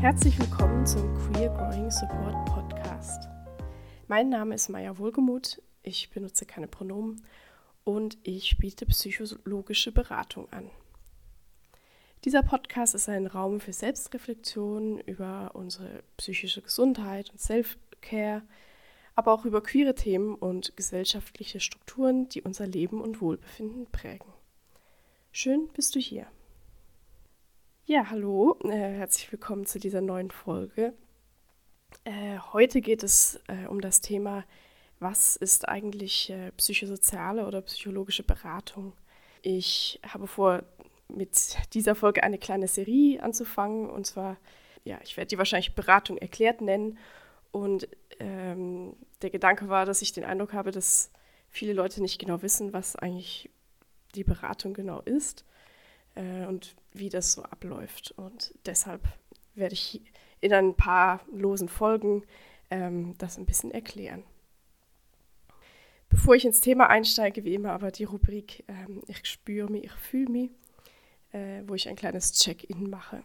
Herzlich willkommen zum Queer Growing Support Podcast. Mein Name ist Maja Wohlgemuth, ich benutze keine Pronomen und ich biete psychologische Beratung an. Dieser Podcast ist ein Raum für Selbstreflexion über unsere psychische Gesundheit und Self-Care, aber auch über queere Themen und gesellschaftliche Strukturen, die unser Leben und Wohlbefinden prägen. Schön bist du hier. Ja, hallo, herzlich willkommen zu dieser neuen Folge. Heute geht es um das Thema, was ist eigentlich psychosoziale oder psychologische Beratung? Ich habe vor, mit dieser Folge eine kleine Serie anzufangen, und zwar, ich werde die wahrscheinlich Beratung erklärt nennen, und der Gedanke war, dass ich den Eindruck habe, dass viele Leute nicht genau wissen, was eigentlich die Beratung genau ist und wie das so abläuft. Und deshalb werde ich in ein paar losen Folgen das ein bisschen erklären. Bevor ich ins Thema einsteige, wie immer aber die Rubrik Ich spüre mich, ich fühle mich, wo ich ein kleines Check-in mache.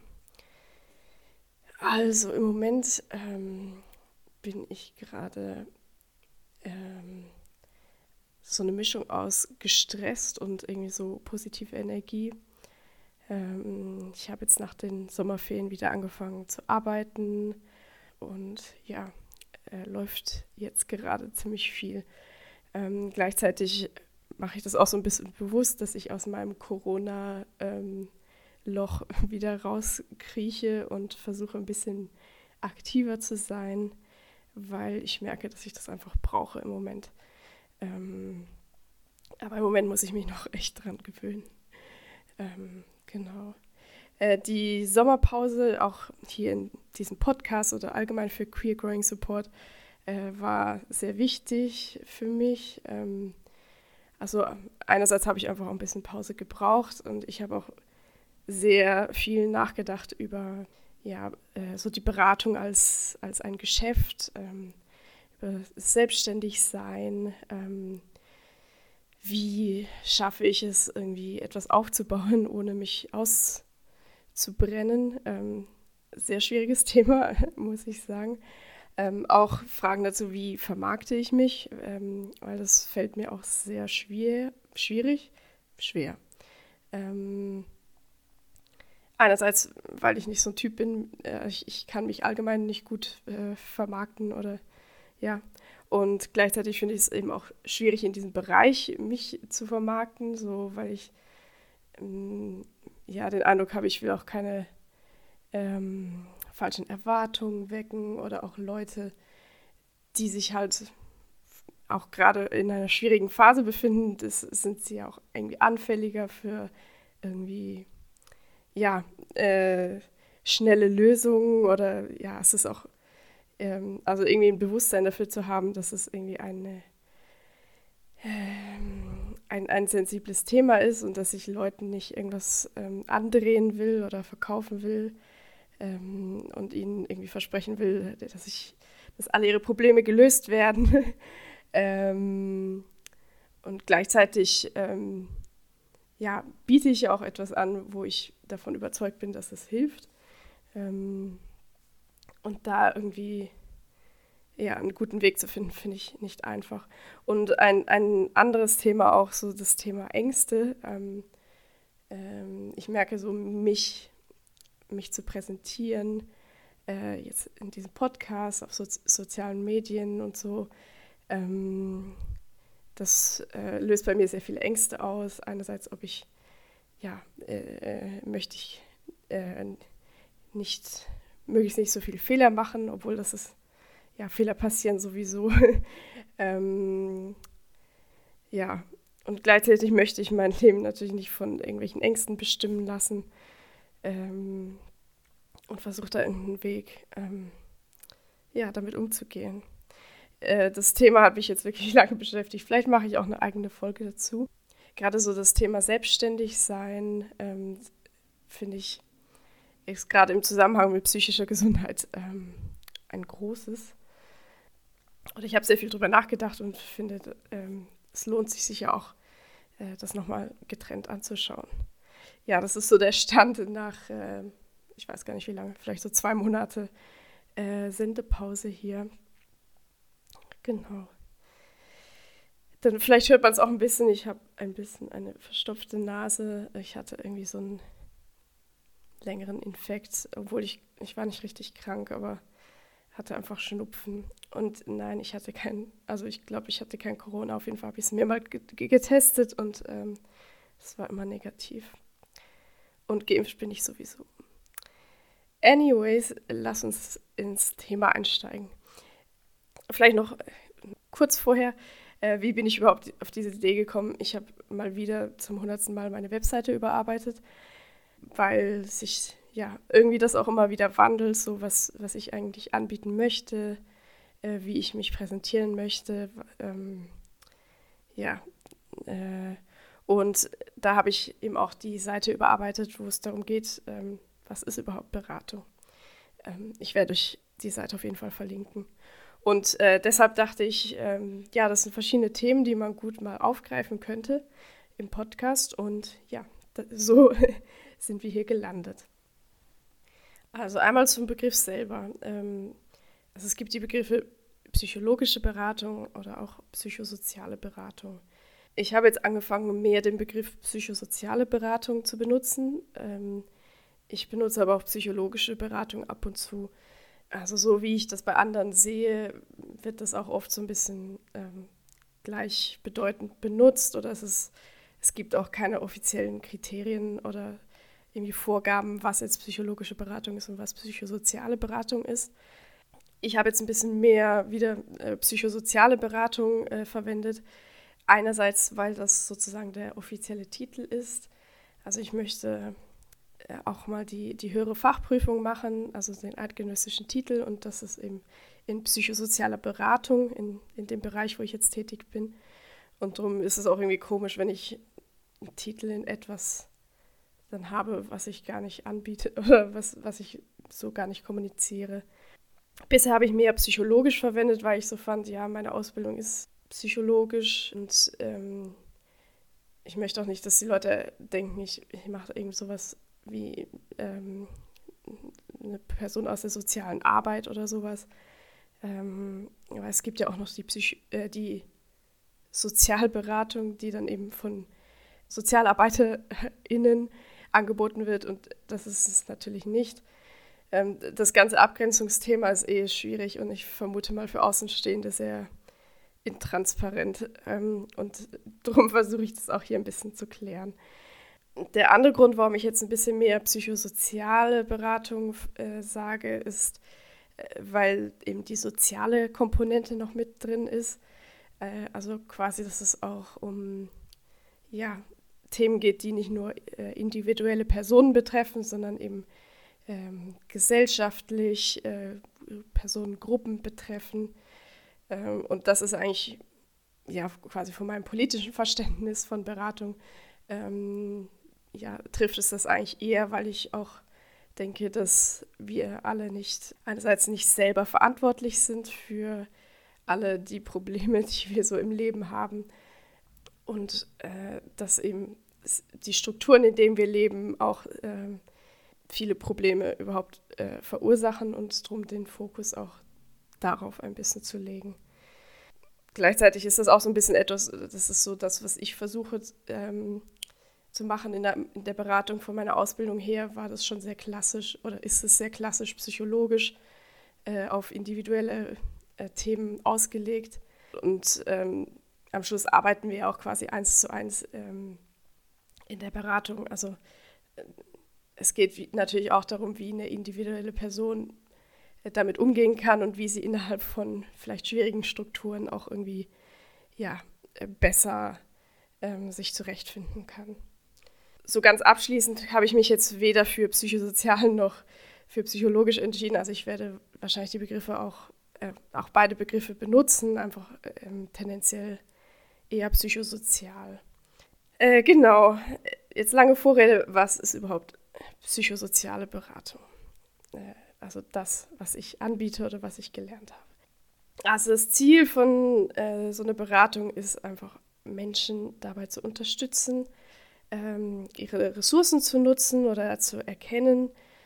Also im Moment bin ich gerade so eine Mischung aus gestresst und irgendwie so positive Energie. Ich habe jetzt nach den Sommerferien wieder angefangen zu arbeiten und läuft jetzt gerade ziemlich viel. Gleichzeitig mache ich das auch so ein bisschen bewusst, dass ich aus meinem Corona-Loch wieder rauskrieche und versuche ein bisschen aktiver zu sein, weil ich merke, dass ich das einfach brauche im Moment. Aber im Moment muss ich mich noch echt dran gewöhnen. Genau. Die Sommerpause, auch hier in diesem Podcast oder allgemein für Queer Growing Support, war sehr wichtig für mich. Also einerseits habe ich einfach auch ein bisschen Pause gebraucht und ich habe auch sehr viel nachgedacht über so die Beratung als ein Geschäft, über Selbstständigsein, wie schaffe ich es, irgendwie etwas aufzubauen, ohne mich auszubrennen. Sehr schwieriges Thema, muss ich sagen. Auch Fragen dazu, wie vermarkte ich mich, weil das fällt mir auch sehr schwer. Einerseits, weil ich nicht so ein Typ bin, ich kann mich allgemein nicht gut vermarkten und gleichzeitig finde ich es eben auch schwierig, in diesem Bereich mich zu vermarkten, so weil ich den Eindruck habe, ich will auch keine falschen Erwartungen wecken oder auch Leute, die sich halt auch gerade in einer schwierigen Phase befinden, sind sie ja auch irgendwie anfälliger für irgendwie schnelle Lösungen oder es ist auch also irgendwie ein Bewusstsein dafür zu haben, dass es irgendwie ein sensibles Thema ist und dass ich Leuten nicht irgendwas andrehen will oder verkaufen will und ihnen irgendwie versprechen will, dass alle ihre Probleme gelöst werden. Und gleichzeitig biete ich ja auch etwas an, wo ich davon überzeugt bin, dass es hilft. Und da irgendwie einen guten Weg zu finden, finde ich nicht einfach. Und ein anderes Thema auch, so das Thema Ängste. Ich merke so, mich zu präsentieren, jetzt in diesem Podcast, auf sozialen Medien und so, das löst bei mir sehr viele Ängste aus. Einerseits, möchte ich möglichst nicht so viele Fehler machen, obwohl Fehler passieren sowieso. Und gleichzeitig möchte ich mein Leben natürlich nicht von irgendwelchen Ängsten bestimmen lassen und versuche da irgendeinen Weg, damit umzugehen. Das Thema hat mich jetzt wirklich lange beschäftigt. Vielleicht mache ich auch eine eigene Folge dazu. Gerade so das Thema Selbstständigsein, finde ich, ist gerade im Zusammenhang mit psychischer Gesundheit ein großes. Und ich habe sehr viel drüber nachgedacht und finde, es lohnt sich sicher auch, das nochmal getrennt anzuschauen. Ja, das ist so der Stand nach, ich weiß gar nicht wie lange, vielleicht so 2 Monate Sendepause hier. Genau. Dann vielleicht hört man es auch ein bisschen, ich habe ein bisschen eine verstopfte Nase. Ich hatte irgendwie so einen längeren Infekt, obwohl ich war nicht richtig krank, aber hatte einfach Schnupfen. Und nein, ich glaube, ich hatte kein Corona. Auf jeden Fall habe ich es mir mal getestet und es war immer negativ. Und geimpft bin ich sowieso. Anyways, lass uns ins Thema einsteigen. Vielleicht noch kurz vorher, wie bin ich überhaupt auf diese Idee gekommen? Ich habe mal wieder zum 100. Mal meine Webseite überarbeitet, weil sich ja irgendwie das auch immer wieder wandelt, so was ich eigentlich anbieten möchte, wie ich mich präsentieren möchte. Und da habe ich eben auch die Seite überarbeitet, wo es darum geht, was ist überhaupt Beratung. Ich werde euch die Seite auf jeden Fall verlinken. Und deshalb dachte ich, das sind verschiedene Themen, die man gut mal aufgreifen könnte im Podcast. Und ja, so sind wir hier gelandet. Also einmal zum Begriff selber. Also es gibt die Begriffe psychologische Beratung oder auch psychosoziale Beratung. Ich habe jetzt angefangen, mehr den Begriff psychosoziale Beratung zu benutzen. Ich benutze aber auch psychologische Beratung ab und zu. Also so wie ich das bei anderen sehe, wird das auch oft so ein bisschen gleichbedeutend benutzt oder es gibt auch keine offiziellen Kriterien oder irgendwie Vorgaben, was jetzt psychologische Beratung ist und was psychosoziale Beratung ist. Ich habe jetzt ein bisschen mehr wieder psychosoziale Beratung verwendet. Einerseits, weil das sozusagen der offizielle Titel ist. Also ich möchte auch mal die höhere Fachprüfung machen, also den eidgenössischen Titel, und das ist eben in psychosozialer Beratung, in dem Bereich, wo ich jetzt tätig bin. Und darum ist es auch irgendwie komisch, wenn ich einen Titel in etwas dann habe, was ich gar nicht anbiete oder was ich so gar nicht kommuniziere. Bisher habe ich mehr psychologisch verwendet, weil ich so fand, ja, meine Ausbildung ist psychologisch und ich möchte auch nicht, dass die Leute denken, ich mache irgend sowas wie eine Person aus der sozialen Arbeit oder sowas. Aber es gibt ja auch noch die Sozialberatung, die dann eben von SozialarbeiterInnen angeboten wird, und das ist es natürlich nicht. Das ganze Abgrenzungsthema ist schwierig und ich vermute mal für Außenstehende sehr intransparent, und darum versuche ich das auch hier ein bisschen zu klären. Der andere Grund, warum ich jetzt ein bisschen mehr psychosoziale Beratung sage, ist, weil eben die soziale Komponente noch mit drin ist. Also quasi, dass es auch um Themen geht, die nicht nur individuelle Personen betreffen, sondern eben gesellschaftlich Personengruppen betreffen. Und das ist eigentlich quasi von meinem politischen Verständnis von Beratung trifft es das eigentlich eher, weil ich auch denke, dass wir alle einerseits nicht selber verantwortlich sind für alle die Probleme, die wir so im Leben haben, und dass eben die Strukturen, in denen wir leben, auch viele Probleme überhaupt verursachen, und darum den Fokus auch darauf ein bisschen zu legen. Gleichzeitig ist das auch so ein bisschen etwas, das ist so das, was ich versuche zu machen in der Beratung von meiner Ausbildung her, war das schon sehr klassisch oder ist es sehr klassisch psychologisch auf individuelle Themen ausgelegt. Und am Schluss arbeiten wir auch quasi 1:1 in der Beratung. Also es geht natürlich auch darum, wie eine individuelle Person damit umgehen kann und wie sie innerhalb von vielleicht schwierigen Strukturen auch irgendwie besser sich zurechtfinden kann. So ganz abschließend habe ich mich jetzt weder für psychosozial noch für psychologisch entschieden. Also ich werde wahrscheinlich die Begriffe auch beide Begriffe benutzen, einfach tendenziell eher psychosozial. Genau, jetzt lange Vorrede, was ist überhaupt psychosoziale Beratung? Also das, was ich anbiete oder was ich gelernt habe. Also das Ziel von so einer Beratung ist einfach, Menschen dabei zu unterstützen, ihre Ressourcen zu nutzen oder zu erkennen,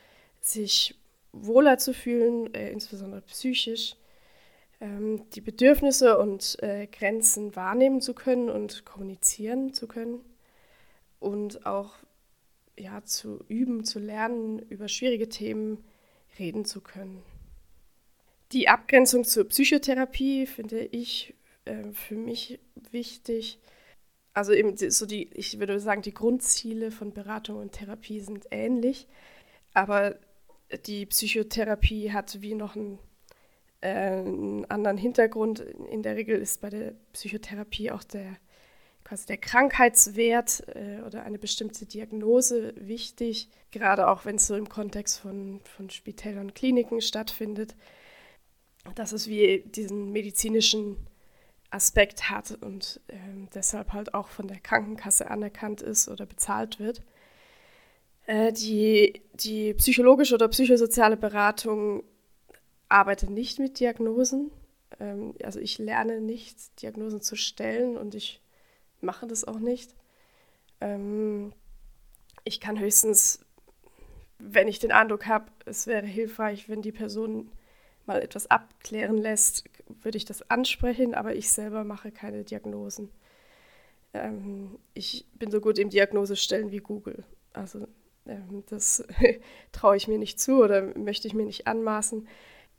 sich wohler zu fühlen, insbesondere psychisch, die Bedürfnisse und Grenzen wahrnehmen zu können und kommunizieren zu können und auch zu üben, zu lernen, über schwierige Themen reden zu können. Die Abgrenzung zur Psychotherapie finde ich für mich wichtig. Also eben ich würde sagen, die Grundziele von Beratung und Therapie sind ähnlich, aber die Psychotherapie hat wie noch einen anderen Hintergrund. In der Regel ist bei der Psychotherapie auch der Krankheitswert oder eine bestimmte Diagnose wichtig, gerade auch wenn es so im Kontext von Spitälern und Kliniken stattfindet, dass es wie diesen medizinischen Aspekt hat und deshalb halt auch von der Krankenkasse anerkannt ist oder bezahlt wird. Die psychologische oder psychosoziale Beratung arbeitet nicht mit Diagnosen. Also ich lerne nicht, Diagnosen zu stellen und ich mache das auch nicht. Ich kann höchstens, wenn ich den Eindruck habe, es wäre hilfreich, wenn die Person mal etwas abklären lässt, würde ich das ansprechen, aber ich selber mache keine Diagnosen. Ich bin so gut im Diagnosestellen wie Google. Also das traue ich mir nicht zu oder möchte ich mir nicht anmaßen.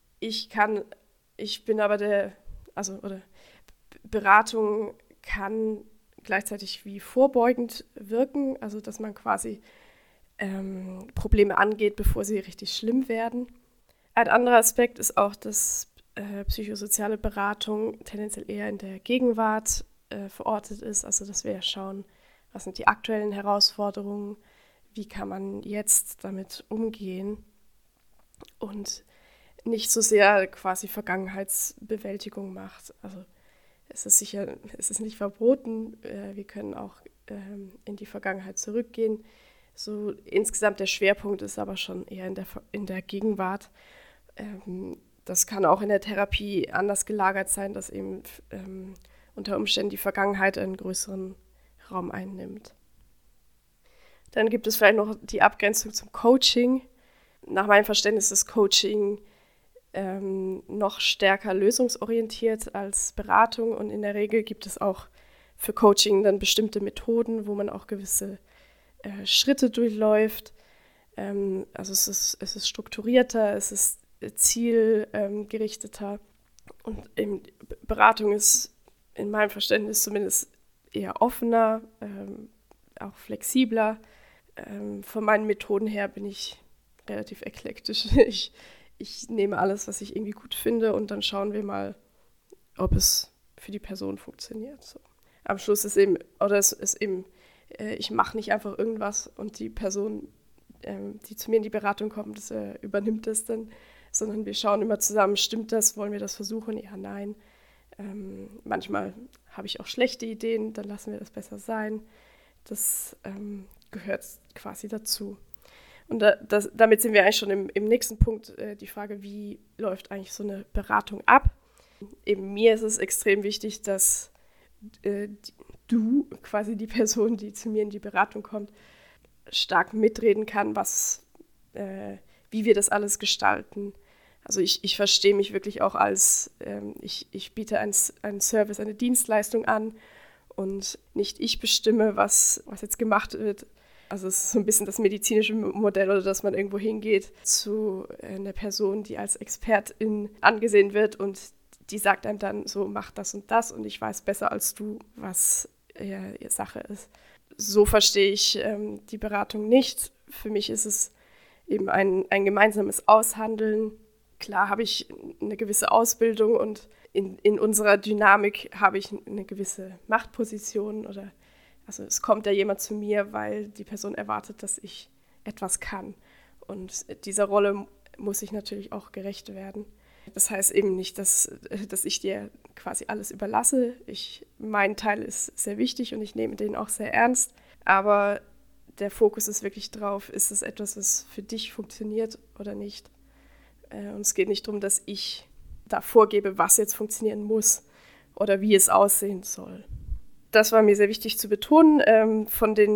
Beratung kann gleichzeitig wie vorbeugend wirken, also dass man quasi Probleme angeht, bevor sie richtig schlimm werden. Ein anderer Aspekt ist auch, dass psychosoziale Beratung tendenziell eher in der Gegenwart verortet ist, also dass wir ja schauen, was sind die aktuellen Herausforderungen, wie kann man jetzt damit umgehen und nicht so sehr quasi Vergangenheitsbewältigung macht. Also es ist nicht verboten, wir können auch in die Vergangenheit zurückgehen. So insgesamt der Schwerpunkt ist aber schon eher in der Gegenwart. Das kann auch in der Therapie anders gelagert sein, dass eben unter Umständen die Vergangenheit einen größeren Raum einnimmt. Dann gibt es vielleicht noch die Abgrenzung zum Coaching. Nach meinem Verständnis ist Coaching noch stärker lösungsorientiert als Beratung und in der Regel gibt es auch für Coaching dann bestimmte Methoden, wo man auch gewisse Schritte durchläuft. Also es ist strukturierter, es ist zielgerichteter und eben Beratung ist in meinem Verständnis zumindest eher offener, auch flexibler. Von meinen Methoden her bin ich relativ eklektisch. Ich nehme alles, was ich irgendwie gut finde und dann schauen wir mal, ob es für die Person funktioniert. So. Am Schluss ist ich mache nicht einfach irgendwas und die Person, die zu mir in die Beratung kommt, übernimmt das dann, sondern wir schauen immer zusammen, stimmt das, wollen wir das versuchen? Ja, nein. Manchmal habe ich auch schlechte Ideen, dann lassen wir das besser sein. Das gehört quasi dazu. Und damit sind wir eigentlich schon im nächsten Punkt, die Frage, wie läuft eigentlich so eine Beratung ab? Eben mir ist es extrem wichtig, dass du, quasi die Person, die zu mir in die Beratung kommt, stark mitreden kann, wie wir das alles gestalten. Also ich verstehe mich wirklich auch als, ich biete einen Service, eine Dienstleistung an und nicht ich bestimme, was jetzt gemacht wird. Also es ist so ein bisschen das medizinische Modell, oder dass man irgendwo hingeht zu einer Person, die als Expertin angesehen wird und die sagt einem dann so, mach das und ich weiß besser als du, was ihre Sache ist. So verstehe ich die Beratung nicht. Für mich ist es eben ein gemeinsames Aushandeln. Klar habe ich eine gewisse Ausbildung und in unserer Dynamik habe ich eine gewisse Machtposition also es kommt ja jemand zu mir, weil die Person erwartet, dass ich etwas kann. Und dieser Rolle muss ich natürlich auch gerecht werden. Das heißt eben nicht, dass ich dir quasi alles überlasse. Mein Teil ist sehr wichtig und ich nehme den auch sehr ernst. Aber der Fokus ist wirklich drauf, ist es etwas, was für dich funktioniert oder nicht. Und es geht nicht darum, dass ich da vorgebe, was jetzt funktionieren muss oder wie es aussehen soll. Das war mir sehr wichtig zu betonen. Von den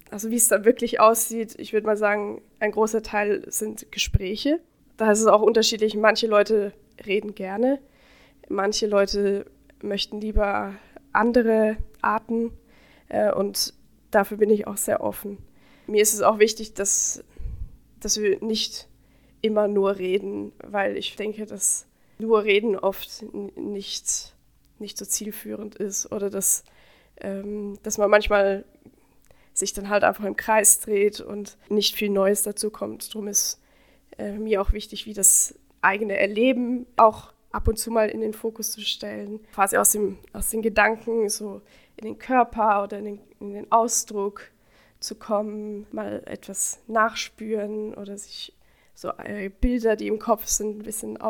Also wie es dann wirklich aussieht, ich würde mal sagen, ein großer Teil sind Gespräche. Da ist es auch unterschiedlich. Manche Leute reden gerne, manche Leute möchten lieber andere Arten und dafür bin ich auch sehr offen. Mir ist es auch wichtig, dass wir nicht immer nur reden, weil ich denke, dass nur reden oft nicht so zielführend ist oder dass man manchmal sich dann halt einfach im Kreis dreht und nicht viel Neues dazu kommt. Darum ist mir auch wichtig, wie das eigene Erleben auch ab und zu mal in den Fokus zu stellen. Quasi aus den Gedanken so in den Körper oder in den Ausdruck zu kommen, mal etwas nachspüren oder sich so Bilder, die im Kopf sind, ein bisschen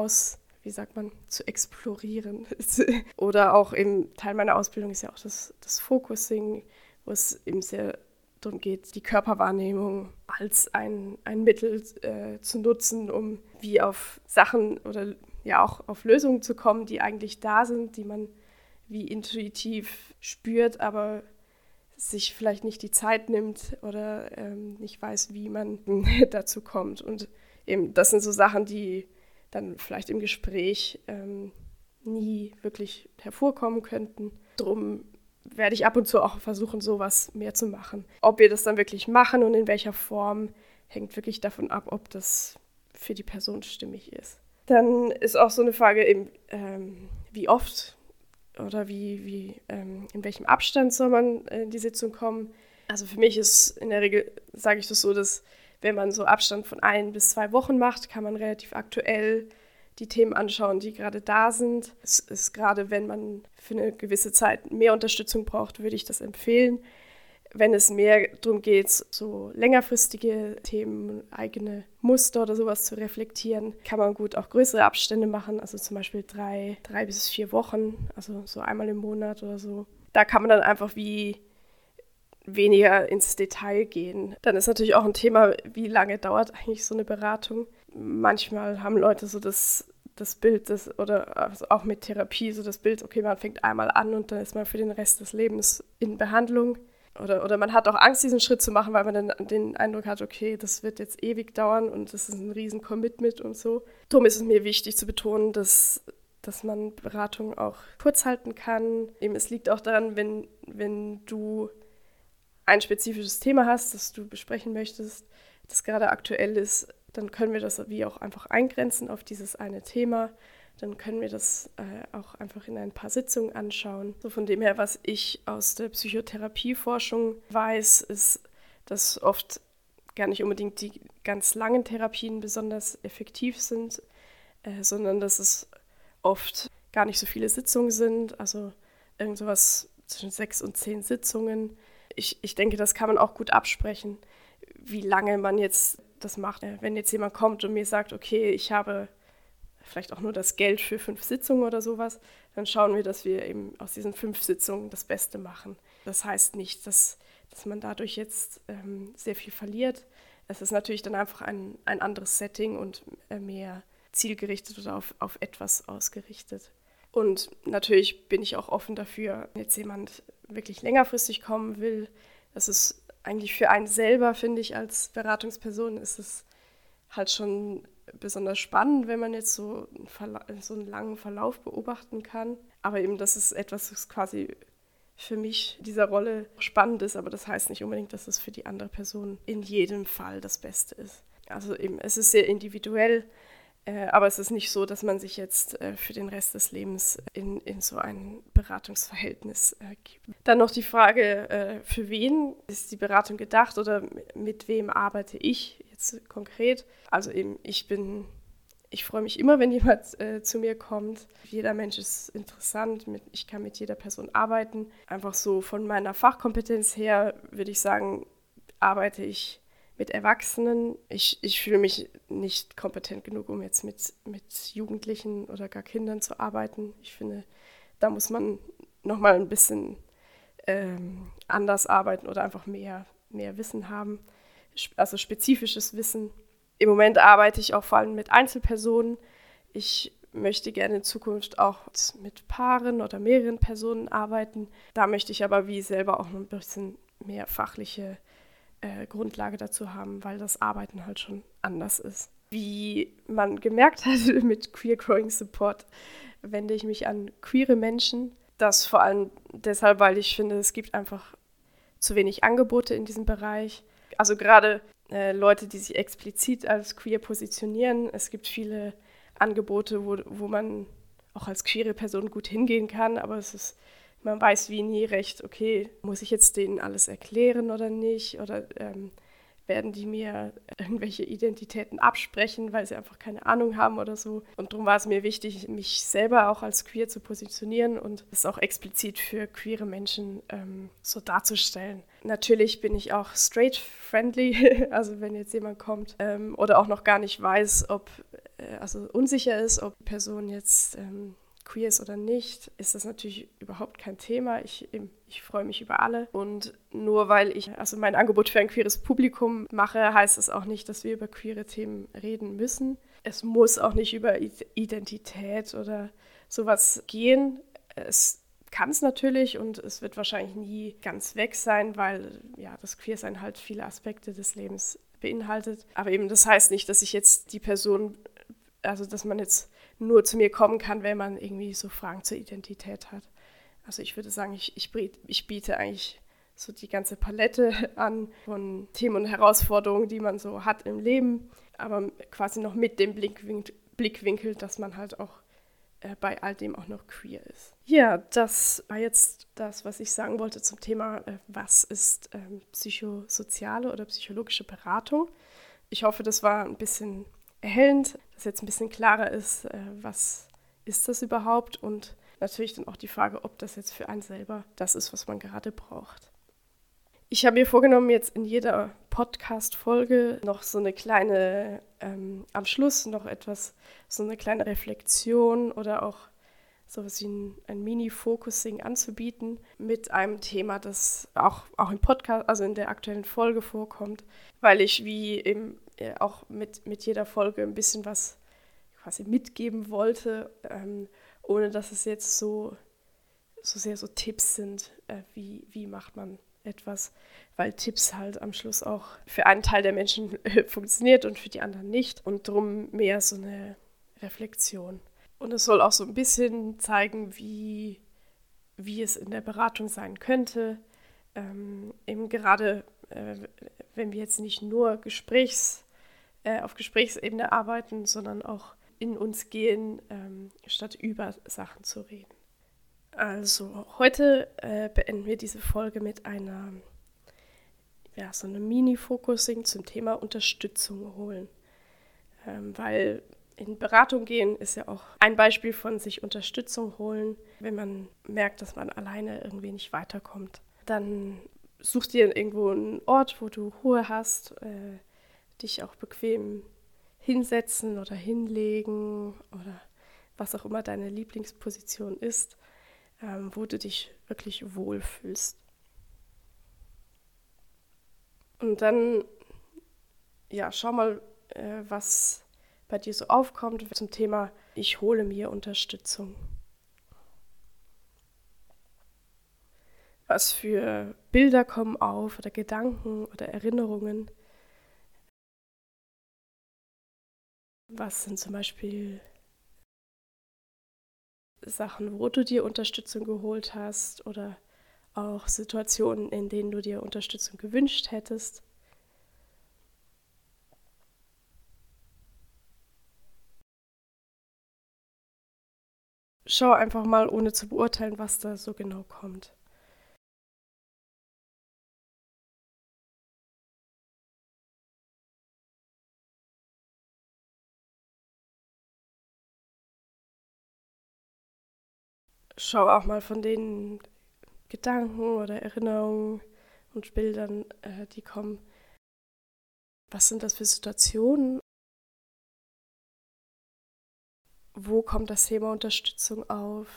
zu explorieren. Oder auch im Teil meiner Ausbildung ist ja auch das Focusing, wo es eben sehr darum geht, die Körperwahrnehmung als ein Mittel zu nutzen, um wie auf Sachen oder ja auch auf Lösungen zu kommen, die eigentlich da sind, die man wie intuitiv spürt, aber sich vielleicht nicht die Zeit nimmt oder nicht weiß, wie man dazu kommt. Und eben, das sind so Sachen, die dann vielleicht im Gespräch nie wirklich hervorkommen könnten. Drum werde ich ab und zu auch versuchen, sowas mehr zu machen. Ob wir das dann wirklich machen und in welcher Form, hängt wirklich davon ab, ob das für die Person stimmig ist. Dann ist auch so eine Frage eben, wie oft oder in welchem Abstand soll man in die Sitzung kommen. Also für mich ist in der Regel, sage ich das so, dass wenn man so Abstand von 1 bis 2 Wochen macht, kann man relativ aktuell die Themen anschauen, die gerade da sind. Es ist gerade, wenn man für eine gewisse Zeit mehr Unterstützung braucht, würde ich das empfehlen. Wenn es mehr darum geht, so längerfristige Themen, eigene Muster oder sowas zu reflektieren, kann man gut auch größere Abstände machen, also zum Beispiel 3 bis 4 Wochen, also so einmal im Monat oder so. Da kann man dann einfach wie weniger ins Detail gehen. Dann ist natürlich auch ein Thema, wie lange dauert eigentlich so eine Beratung. Manchmal haben Leute so das Bild, oder also auch mit Therapie, so das Bild, okay, man fängt einmal an und dann ist man für den Rest des Lebens in Behandlung. Oder man hat auch Angst, diesen Schritt zu machen, weil man dann den Eindruck hat, okay, das wird jetzt ewig dauern und das ist ein riesen Commitment und so. Darum ist es mir wichtig zu betonen, dass man Beratung auch kurz halten kann. Eben, es liegt auch daran, wenn du ein spezifisches Thema hast, das du besprechen möchtest, das gerade aktuell ist, dann können wir das wie auch einfach eingrenzen auf dieses eine Thema. Dann können wir das auch einfach in ein paar Sitzungen anschauen. So von dem her, was ich aus der Psychotherapieforschung weiß, ist, dass oft gar nicht unbedingt die ganz langen Therapien besonders effektiv sind, sondern dass es oft gar nicht so viele Sitzungen sind, also irgend sowas zwischen 6 und 10 Sitzungen. Ich denke, das kann man auch gut absprechen, wie lange man jetzt das macht. Wenn jetzt jemand kommt und mir sagt, okay, ich habe vielleicht auch nur das Geld für 5 Sitzungen oder sowas, dann schauen wir, dass wir eben aus diesen 5 Sitzungen das Beste machen. Das heißt nicht, dass man dadurch jetzt sehr viel verliert. Es ist natürlich dann einfach ein anderes Setting und mehr zielgerichtet oder auf etwas ausgerichtet. Und natürlich bin ich auch offen dafür, wenn jetzt jemand wirklich längerfristig kommen will. Das ist eigentlich für einen selber, finde ich, als Beratungsperson ist es halt schon besonders spannend, wenn man jetzt so einen langen Verlauf beobachten kann. Aber eben, das ist etwas, was quasi für mich dieser Rolle spannend ist, aber das heißt nicht unbedingt, dass es für die andere Person in jedem Fall das Beste ist. Also eben, es ist sehr individuell, aber es ist nicht so, dass man sich jetzt für den Rest des Lebens in so ein Beratungsverhältnis gibt. Dann noch die Frage, für wen ist die Beratung gedacht oder mit wem arbeite ich jetzt konkret? Also eben, ich freue mich immer, wenn jemand zu mir kommt. Jeder Mensch ist interessant, ich kann mit jeder Person arbeiten. Einfach so von meiner Fachkompetenz her würde ich sagen, arbeite ich mit Erwachsenen. Ich fühle mich nicht kompetent genug, um jetzt mit Jugendlichen oder gar Kindern zu arbeiten. Ich finde, da muss man nochmal ein bisschen anders arbeiten oder einfach mehr Wissen haben, also spezifisches Wissen. Im Moment arbeite ich auch vor allem mit Einzelpersonen. Ich möchte gerne in Zukunft auch mit Paaren oder mehreren Personen arbeiten. Da möchte ich aber wie selber auch noch ein bisschen mehr fachliche Grundlage dazu haben, weil das Arbeiten halt schon anders ist. Wie man gemerkt hat mit Queer Growing Support, wende ich mich an queere Menschen. Das vor allem deshalb, weil ich finde, es gibt einfach zu wenig Angebote in diesem Bereich. Also gerade Leute, die sich explizit als queer positionieren. Es gibt viele Angebote, wo man auch als queere Person gut hingehen kann, aber man weiß wie nie recht, okay, muss ich jetzt denen alles erklären oder nicht? Oder werden die mir irgendwelche Identitäten absprechen, weil sie einfach keine Ahnung haben oder so. Und darum war es mir wichtig, mich selber auch als queer zu positionieren und es auch explizit für queere Menschen so darzustellen. Natürlich bin ich auch straight-friendly, also wenn jetzt jemand kommt oder auch noch gar nicht weiß, also unsicher ist, ob die Person jetzt queer ist oder nicht, ist das natürlich überhaupt kein Thema. Ich freue mich über alle. Und nur weil ich also mein Angebot für ein queeres Publikum mache, heißt es auch nicht, dass wir über queere Themen reden müssen. Es muss auch nicht über Identität oder sowas gehen. Es kann es natürlich und es wird wahrscheinlich nie ganz weg sein, weil ja, das Queersein halt viele Aspekte des Lebens beinhaltet. Aber eben das heißt nicht, dass ich jetzt die Person, also dass man jetzt nur zu mir kommen kann, wenn man irgendwie so Fragen zur Identität hat. Also ich würde sagen, ich biete eigentlich so die ganze Palette an von Themen und Herausforderungen, die man so hat im Leben, aber quasi noch mit dem Blickwinkel, dass man halt auch bei all dem auch noch queer ist. Ja, das war jetzt das, was ich sagen wollte zum Thema, was ist psychosoziale oder psychologische Beratung. Ich hoffe, das war ein bisschen erhellend, dass jetzt ein bisschen klarer ist, was ist das überhaupt und natürlich dann auch die Frage, ob das jetzt für einen selber das ist, was man gerade braucht. Ich habe mir vorgenommen, jetzt in jeder Podcast-Folge noch so eine kleine, am Schluss noch so eine kleine Reflexion oder auch sowas wie ein Mini-Focusing anzubieten mit einem Thema, das auch im Podcast, also in der aktuellen Folge vorkommt, weil ich wie eben auch mit jeder Folge ein bisschen was quasi mitgeben wollte, ohne dass es jetzt so sehr so Tipps sind, wie macht man etwas, weil Tipps halt am Schluss auch für einen Teil der Menschen funktioniert und für die anderen nicht und darum mehr so eine Reflexion. Und es soll auch so ein bisschen zeigen, wie es in der Beratung sein könnte, eben gerade wenn wir jetzt nicht nur auf Gesprächsebene arbeiten, sondern auch in uns gehen, statt über Sachen zu reden. Also heute beenden wir diese Folge mit so einem Mini-Focusing zum Thema Unterstützung holen. Weil in Beratung gehen ist ja auch ein Beispiel von sich Unterstützung holen, wenn man merkt, dass man alleine irgendwie nicht weiterkommt. Dann such dir irgendwo einen Ort, wo du Ruhe hast, dich auch bequem hinsetzen oder hinlegen oder was auch immer deine Lieblingsposition ist, wo du dich wirklich wohlfühlst. Und dann, ja, schau mal, was bei dir so aufkommt zum Thema ich hole mir Unterstützung. Was für Bilder kommen auf oder Gedanken oder Erinnerungen? Was sind zum Beispiel Sachen, wo du dir Unterstützung geholt hast oder auch Situationen, in denen du dir Unterstützung gewünscht hättest? Schau einfach mal, ohne zu beurteilen, was da so genau kommt. Schau auch mal von den Gedanken oder Erinnerungen und Bildern, die kommen. Was sind das für Situationen? Wo kommt das Thema Unterstützung auf?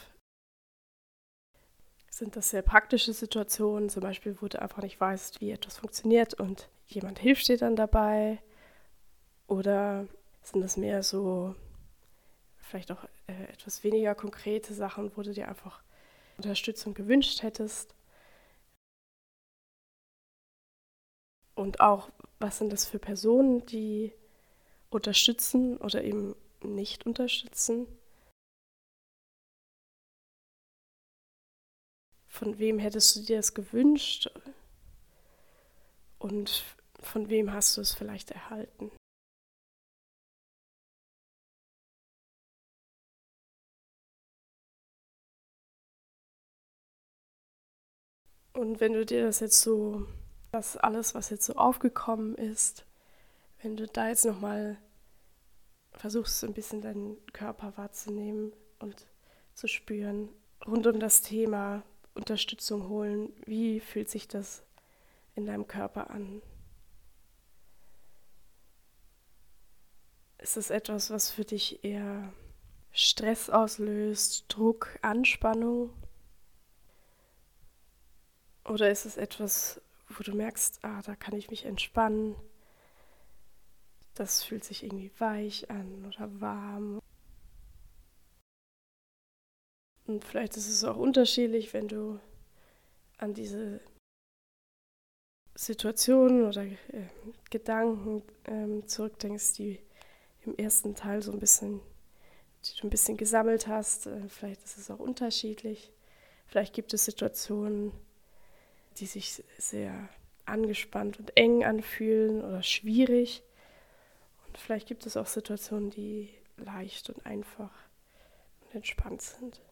Sind das sehr praktische Situationen, zum Beispiel, wo du einfach nicht weißt, wie etwas funktioniert und jemand hilft dir dann dabei? Oder sind das mehr so vielleicht auch etwas weniger konkrete Sachen, wo du dir einfach Unterstützung gewünscht hättest? Und auch, was sind das für Personen, die unterstützen oder eben nicht unterstützen? Von wem hättest du dir das gewünscht und von wem hast du es vielleicht erhalten? Und wenn du dir das jetzt so, das alles, was jetzt so aufgekommen ist, wenn du da jetzt nochmal versuchst, ein bisschen deinen Körper wahrzunehmen und zu spüren, rund um das Thema Unterstützung holen, wie fühlt sich das in deinem Körper an? Ist es etwas, was für dich eher Stress auslöst, Druck, Anspannung? Oder ist es etwas, wo du merkst, da kann ich mich entspannen, das fühlt sich irgendwie weich an oder warm? Und vielleicht ist es auch unterschiedlich, wenn du an diese Situationen oder Gedanken zurückdenkst, die im ersten Teil so ein bisschen, die du ein bisschen gesammelt hast. Vielleicht ist es auch unterschiedlich. Vielleicht gibt es Situationen, die sich sehr angespannt und eng anfühlen oder schwierig. Und vielleicht gibt es auch Situationen, die leicht und einfach und entspannt sind.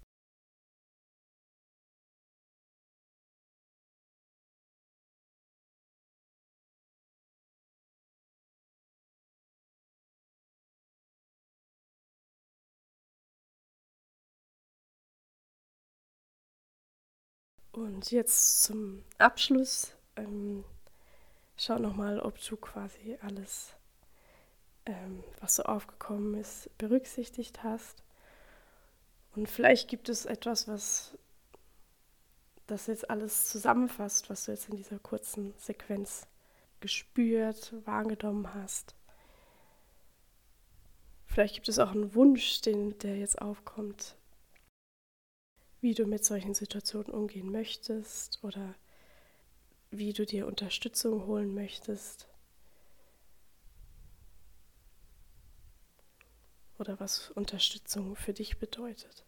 Und jetzt zum Abschluss schau nochmal, ob du quasi alles, was so aufgekommen ist, berücksichtigt hast. Und vielleicht gibt es etwas, was das jetzt alles zusammenfasst, was du jetzt in dieser kurzen Sequenz gespürt, wahrgenommen hast. Vielleicht gibt es auch einen Wunsch, der jetzt aufkommt, wie du mit solchen Situationen umgehen möchtest oder wie du dir Unterstützung holen möchtest oder was Unterstützung für dich bedeutet.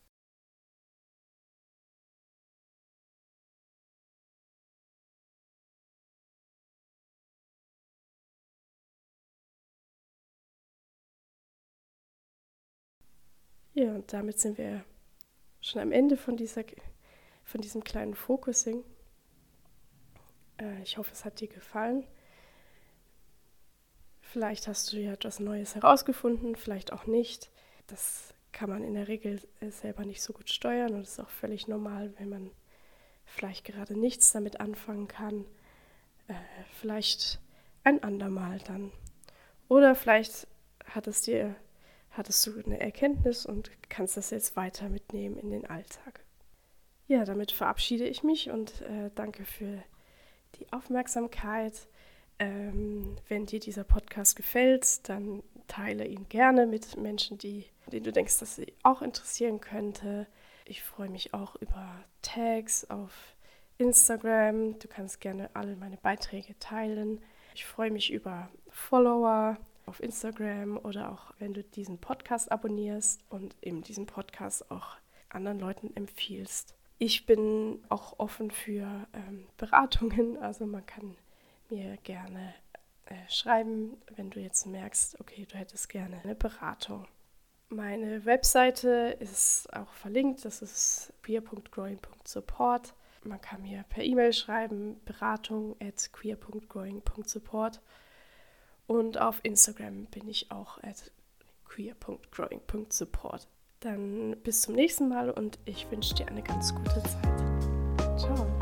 Ja, und damit sind wir schon am Ende von diesem kleinen Focusing. Ich hoffe, es hat dir gefallen. Vielleicht hast du ja etwas Neues herausgefunden, vielleicht auch nicht. Das kann man in der Regel selber nicht so gut steuern und es ist auch völlig normal, wenn man vielleicht gerade nichts damit anfangen kann. Vielleicht ein andermal dann. Oder vielleicht hattest du eine Erkenntnis und kannst das jetzt weiter mitnehmen in den Alltag. Ja, damit verabschiede ich mich und danke für die Aufmerksamkeit. Wenn dir dieser Podcast gefällt, dann teile ihn gerne mit Menschen, denen du denkst, dass sie auch interessieren könnte. Ich freue mich auch über Tags auf Instagram. Du kannst gerne alle meine Beiträge teilen. Ich freue mich über Follower auf Instagram oder auch, wenn du diesen Podcast abonnierst und eben diesen Podcast auch anderen Leuten empfiehlst. Ich bin auch offen für Beratungen, also man kann mir gerne schreiben, wenn du jetzt merkst, okay, du hättest gerne eine Beratung. Meine Webseite ist auch verlinkt, das ist queer.growing.support. Man kann mir per E-Mail schreiben, beratung@queer.growing.support. Und auf Instagram bin ich auch @queer.growing.support. Dann bis zum nächsten Mal und ich wünsche dir eine ganz gute Zeit. Ciao.